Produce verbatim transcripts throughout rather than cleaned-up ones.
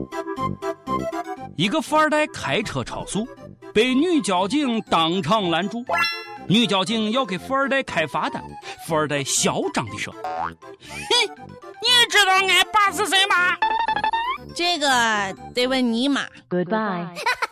一个富二代开车超速，被女交警当场拦住。女交警要给富二代开罚单，富二代嚣张地说：哼，你知道俺爸是谁吗？ 这个得问你妈。 Goodbye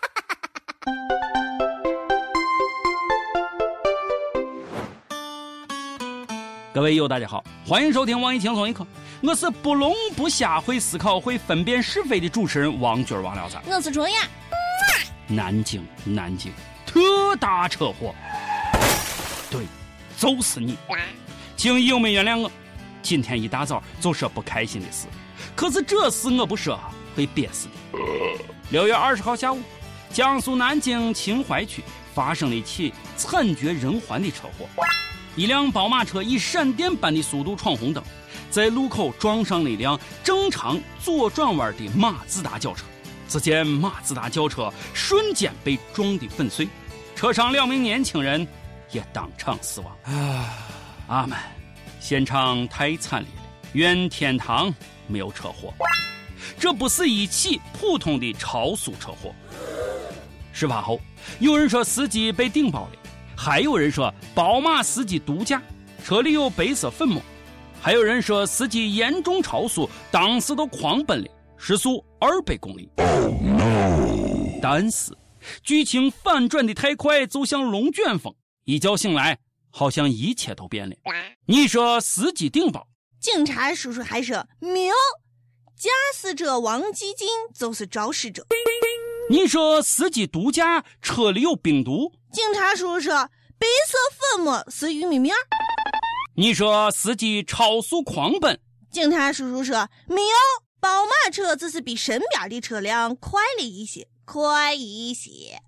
各位友大家好，欢迎收听网易轻松一刻，我是不聋不瞎会思考会分辨是非的主持人王军王聊子。 我是卓雅。 南京南京特大车祸，对，就是你，请友们原谅我，今天一大早就说不开心的事，可是这事我不说会憋死的。六月二十号下午，江苏南京秦淮区发生了一起惨绝人寰的车祸。一辆宝马车以闪电般的速度闯红灯，在路口撞上了一辆正常左转弯的马自达轿车。只见马自达轿车瞬间被撞得粉碎，车上两名年轻人也当场死亡。啊，阿们，现场太惨烈了，愿天堂没有车祸。这不是一起普通的超速车祸。事发后，有人说司机被顶爆了，还有人说宝马司机毒驾，车里有白色粉末，还有人说司机严重超速，当时都狂奔了，时速二百公里。Oh, no. 但是剧情反转的太快，就像龙卷风，一觉醒来好像一切都变了。你说司机顶爆， 警察叔叔还说没有，驾驶者王基金就是肇事者。 你说司机毒驾，车里有病毒， 警察叔叔说白色粉末是玉米面。 你说司机超速狂奔， 警察叔叔说没有，宝马车只是比身边的车辆快了一些，快一些。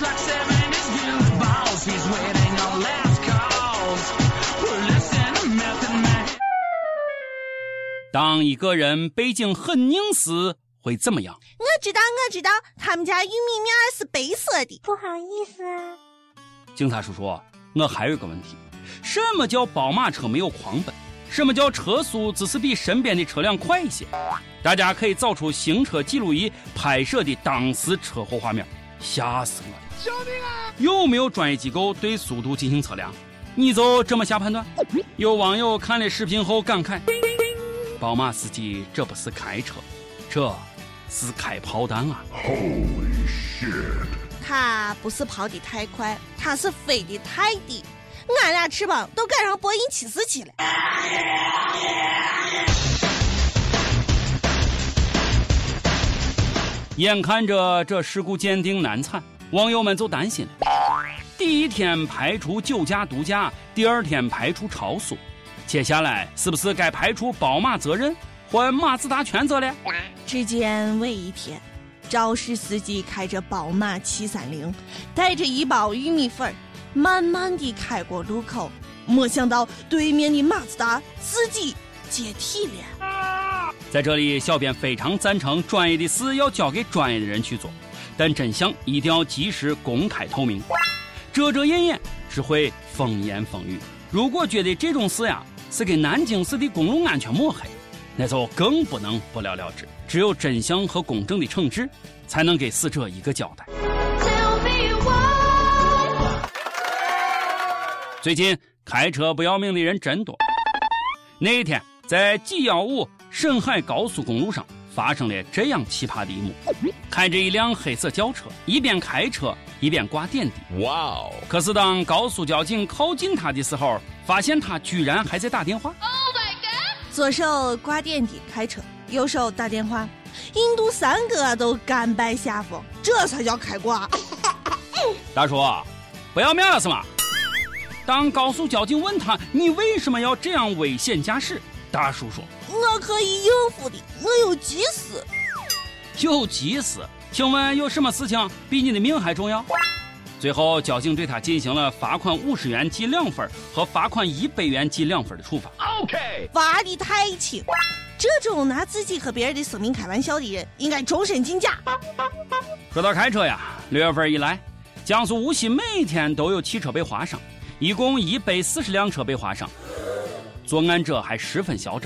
当一个人背景很凝实会怎么样？ 我知道我知道，他们家玉米面是白色的。 不好意思啊。 警察叔叔，我还有一个问题，什么叫宝马车没有狂奔？什么叫车速只是比身边的车辆快一些？大家可以找出行车记录仪拍摄的当时车祸画面，吓死我了！救命啊！有没有专业机构对速度进行测量？你就这么下判断？有网友看了视频后感慨，宝马司机这不是开车，这是开炮弹啊！ Holy shit！ 他不是跑得太快，他是飞得太低，俺俩翅膀都赶上波音七四七了。 眼看着这事故鉴定难产，网友们就担心了。第一天排除酒驾毒驾，第二天排除超速，接下来是不是该排除宝马责任，换马自达全责了？ 只见尾一天，肇事司机开着宝马七三零，带着一包玉米粉，慢慢地开过路口，没想到对面的马自达自己解体了。 在这里，小编非常赞成专业的事要交给专业的人去做，但真相一定要及时公开透明，遮遮掩掩只会风言风语。如果觉得这种事呀是给南京市的公路安全抹黑，那就更不能不了了之。只有真相和公正的惩治，才能给死者一个交代。最近开车不要命的人真多。那一天在 G 一五沈海高速公路上发生了这样奇葩的一幕，开着一辆黑色轿车，一边开车一边挂点滴。哇哦！可是当高速交警靠近他的时候，发现他居然还在打电话。 Oh my god！ 左手挂点滴开车，右手打电话，印度三哥都甘拜下风，这才叫开挂。 大叔，不要命了是吗？当高速交警问他你为什么要这样危险驾驶，大叔说我可以应付的，我有急事。 有急事？请问有什么事情比你的命还重要？最后交警对他进行了罚款五十元记两分和罚款一百元记两分的处罚。 OK， 罚的太轻，这种拿自己和别人的生命开玩笑的人应该终身禁驾。 说到开车呀，六月份以来，江苏无锡每天都有汽车被划伤，一共一百四十辆车被划伤。作案者还十分嚣张，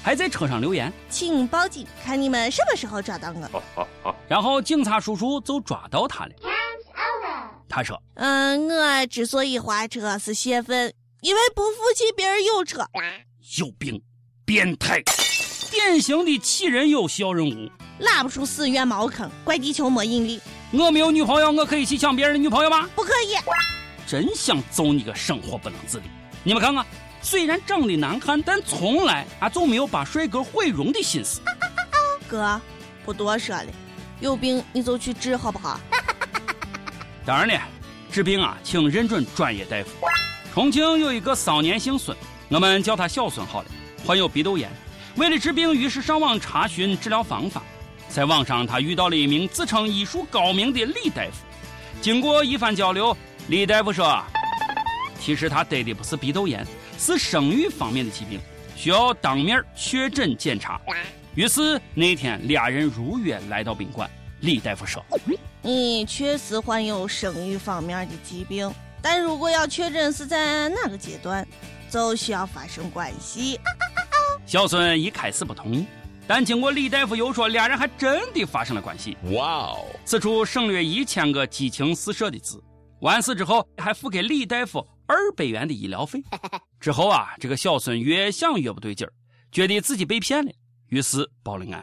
还在车上留言， 请报警，看你们什么时候抓到我。 然后警察叔叔就抓到他了。他说嗯，我之所以划车是泄愤，因为不服气别人有车。 有病，变态，典型的杞人忧小人物， 拉不出死冤茅坑，怪地球没引力。 我没有女朋友，我可以去抢别人的女朋友吗？ 不可以。 真想揍你个生活不能自理。你们看看，虽然长得难看，但从来啊就没有把帅哥毁容的心思。 哥，不多说了，有病你就去治好不好？ 当然了，治病啊，请认准专业大夫。重庆有一个少年姓孙，我们叫他小孙好了，患有鼻窦炎。为了治病，于是上网查询治疗方法。在网上，他遇到了一名自称医术高明的李大夫。经过一番交流，李大夫说，其实他得的不是鼻窦炎，是生育方面的疾病，需要当面确诊检查。于是那天俩人如约来到宾馆。李大夫说， 你确实患有生育方面的疾病，但如果要确诊是在哪个阶段，就需要发生关系。 小孙一开始不同意，但经过李大夫又说，俩人还真的发生了关系。哇哦！此处省略一千个激情四射的字。完事之后，还付给李大夫二百元的医疗费。之后啊，这个小孙越想越不对劲儿，觉得自己被骗了，于是报了案。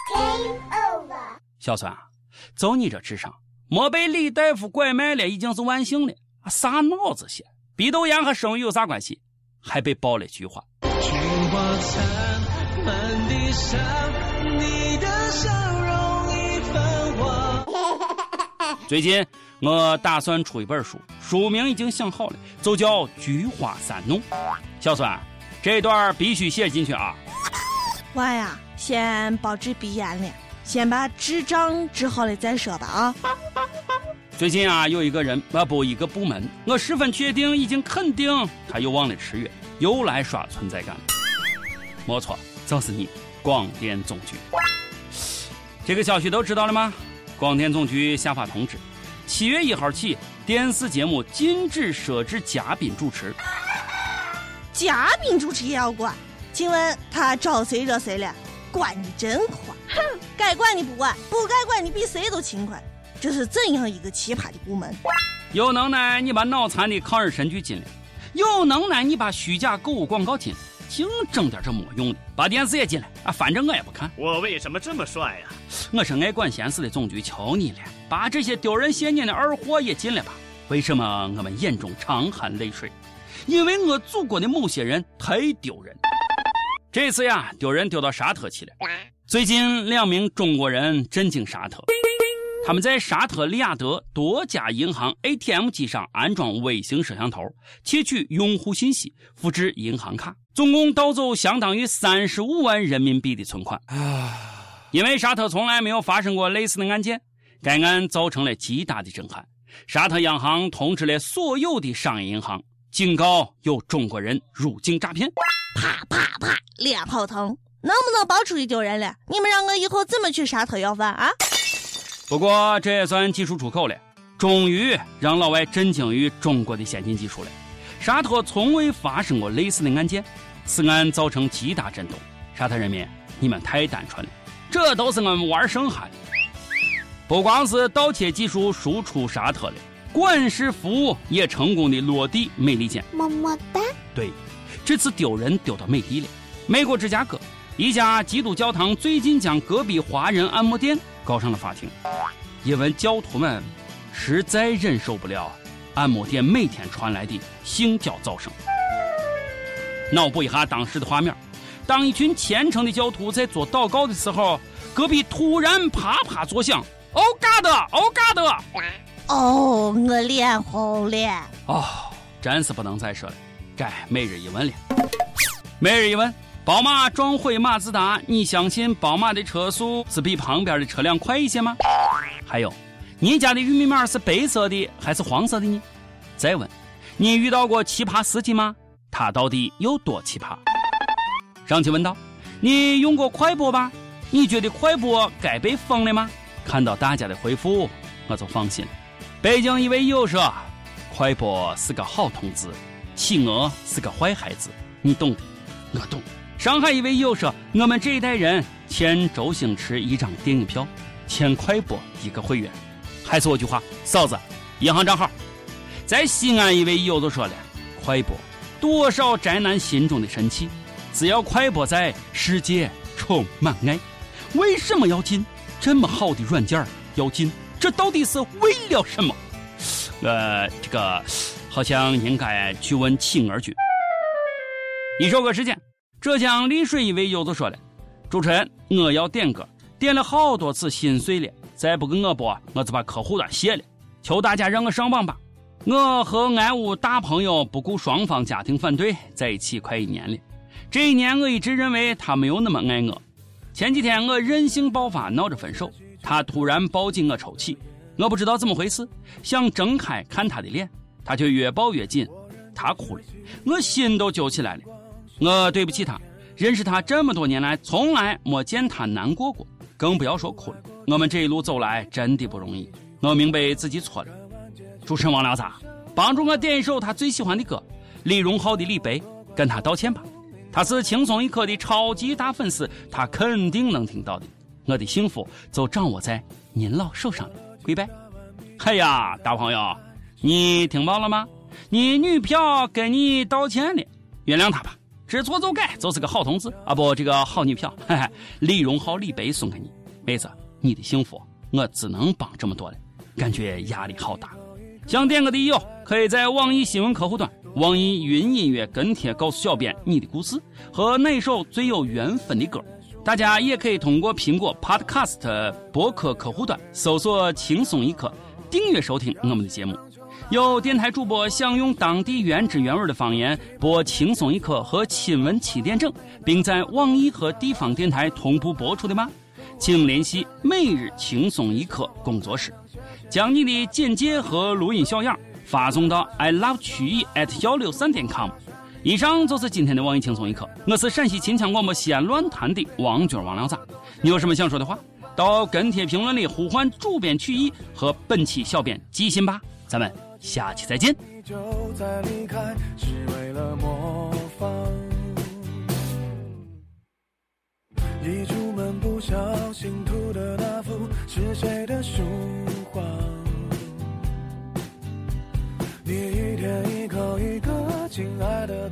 小孙啊，就你这智商，没被李大夫拐卖了已经是万幸了。啥脑子些？鼻窦炎和生育有啥关系？还被爆了菊花。菊花残，满地伤，你的笑容已泛黄。最近我打算出一本书，书名已经想好了，就叫《菊花三弄》。小孙，这段必须写进去啊！ 我呀，先保治鼻炎了，先把智障治好了再说吧啊！ 最近啊，有一个人啊不一个部门，我十分确定，已经肯定，他又忘了吃药，又来刷存在感了。没错，就是你，广电总局。这个消息都知道了吗？广电总局下发通知，七月一号起，电视节目禁止设置嘉宾主持。 嘉宾主持也要管？请问他招谁惹谁了？管你真快！哼，该管你不管，不该管你比谁都勤快。这是怎样一个奇葩的部门？ 有能耐你把脑残的抗日神剧禁了，有能耐你把虚假购物广告禁了，净整点这没用的，把电视也禁了啊！反正我也不看。 我为什么这么帅呀、啊？ 我是爱管闲事的总局，求你了，把这些丢人现眼的二货也禁了吧！为什么我们眼中常含泪水？因为我祖国的某些人太丢人。这次呀，丢人丢到沙特去了。最近两名中国人震惊沙特。他们在沙特利雅得多家银行 A T M 机上安装微型摄像头，窃取用户信息，复制银行卡，总共盗走相当于三十五万人民币的存款。因为沙特从来没有发生过类似的案件，该案造成了极大的震撼。沙特央行通知了所有的商业银行，警告有中国人入境诈骗。 啪啪啪，脸好疼，能不能爆出去丢人了？你们让我以后怎么去沙特要饭啊？ 不过这也算技术出口了，终于让老外震惊于中国的先进技术了。沙特从未发生过类似的案件，此案造成极大震动。沙特人民，你们太单纯了，这都是我们玩剩下的。不光是盗窃技术输出沙特了，管事服务也成功的落地美利坚。 么么哒。 对，这次丢人丢到美的了。美国芝加哥一家基督教堂最近将隔壁华人按摩店告上了法庭，因为教徒们实在忍受不了按摩店每天传来的性交噪声。脑补一下当时的画面，当一群虔诚的教徒在做祷告的时候，隔壁突然啪啪作响，哦嘎的，哦嘎的， 哦，我脸红了。 哦，真是不能再说了，该每日一问了。每日一问，宝马撞毁马自达，你相信宝马的车速是比旁边的车辆快一些吗？还有，你家的玉米面是白色的还是黄色的呢？再问，你遇到过奇葩司机吗？他到底有多奇葩？上期问到，你用过快播吧？你觉得快播该被封了吗？看到大家的回复，我就放心了。北京一位友说，快播是个好同志，企鹅是个坏孩子，你懂的，我懂。 上海一位友说，我们这一代人欠周星驰一张电影票，欠快播一个会员。还是我句话，嫂子，银行账号。在西安一位友就说了，快播多少宅男心中的神器，只要快播在，世界充满爱。为什么要进这么好的软件要进？这到底是为了什么？呃，这个好像应该去问青儿君。一首歌时间，浙江丽水一位友就说了，主持人，我要点歌，点了好多次心碎了，再不给我播，我就把客户端卸了，求大家让我上榜吧。我和俺屋大朋友不顾双方家庭反对，在一起快一年了。这一年我一直认为他没有那么爱我。前几天我任性爆发，闹着分手，他突然抱紧我抽泣，我不知道怎么回事，想睁开看他的脸，他却越抱越紧，他哭了，我心都揪起来了。我对不起他，认识他这么多年来从来没见他难过过，更不要说哭了。我们这一路走来真的不容易，我明白自己错了。主持人王聊子，帮助我点一首他最喜欢的歌，李荣浩的李白，跟他道歉吧。他是轻松一刻的超级大粉丝，他肯定能听到的。我的幸福就掌握在您老手上了，跪拜。哎呀，大朋友，你听到了吗？你女票跟你道歉了，原谅他吧，知错就改，就是个好同志啊！不，这个好女票，嘿嘿，李荣浩李白送给你，妹子，你的幸福我只能帮这么多了，感觉压力好大。想点歌的友可以在网易新闻客户端、网易云音乐跟帖告诉小编你的故事和那首最有缘分的歌。大家也可以通过苹果 Podcast 播客客户端搜索轻松一刻，订阅收听我们的节目。有电台主播想用当地原汁原味的方言播轻松一刻和新闻七点整，并在网易和地方电台同步播出的吗？请联系每日轻松一刻工作室，将你的简介和录音小样发送到 i love 曲艺 at 一六三点 com。 以上就是今天的网易轻松一刻，我是陕西秦腔广播西安论坛的王军王亮子。你有什么想说的话，到跟帖评论里呼唤主编曲艺和本期小编寄信吧。咱们下期再见。 就在离开是为了模仿，一出门不小心涂的那幅是谁的书画，你一天一口一个亲爱的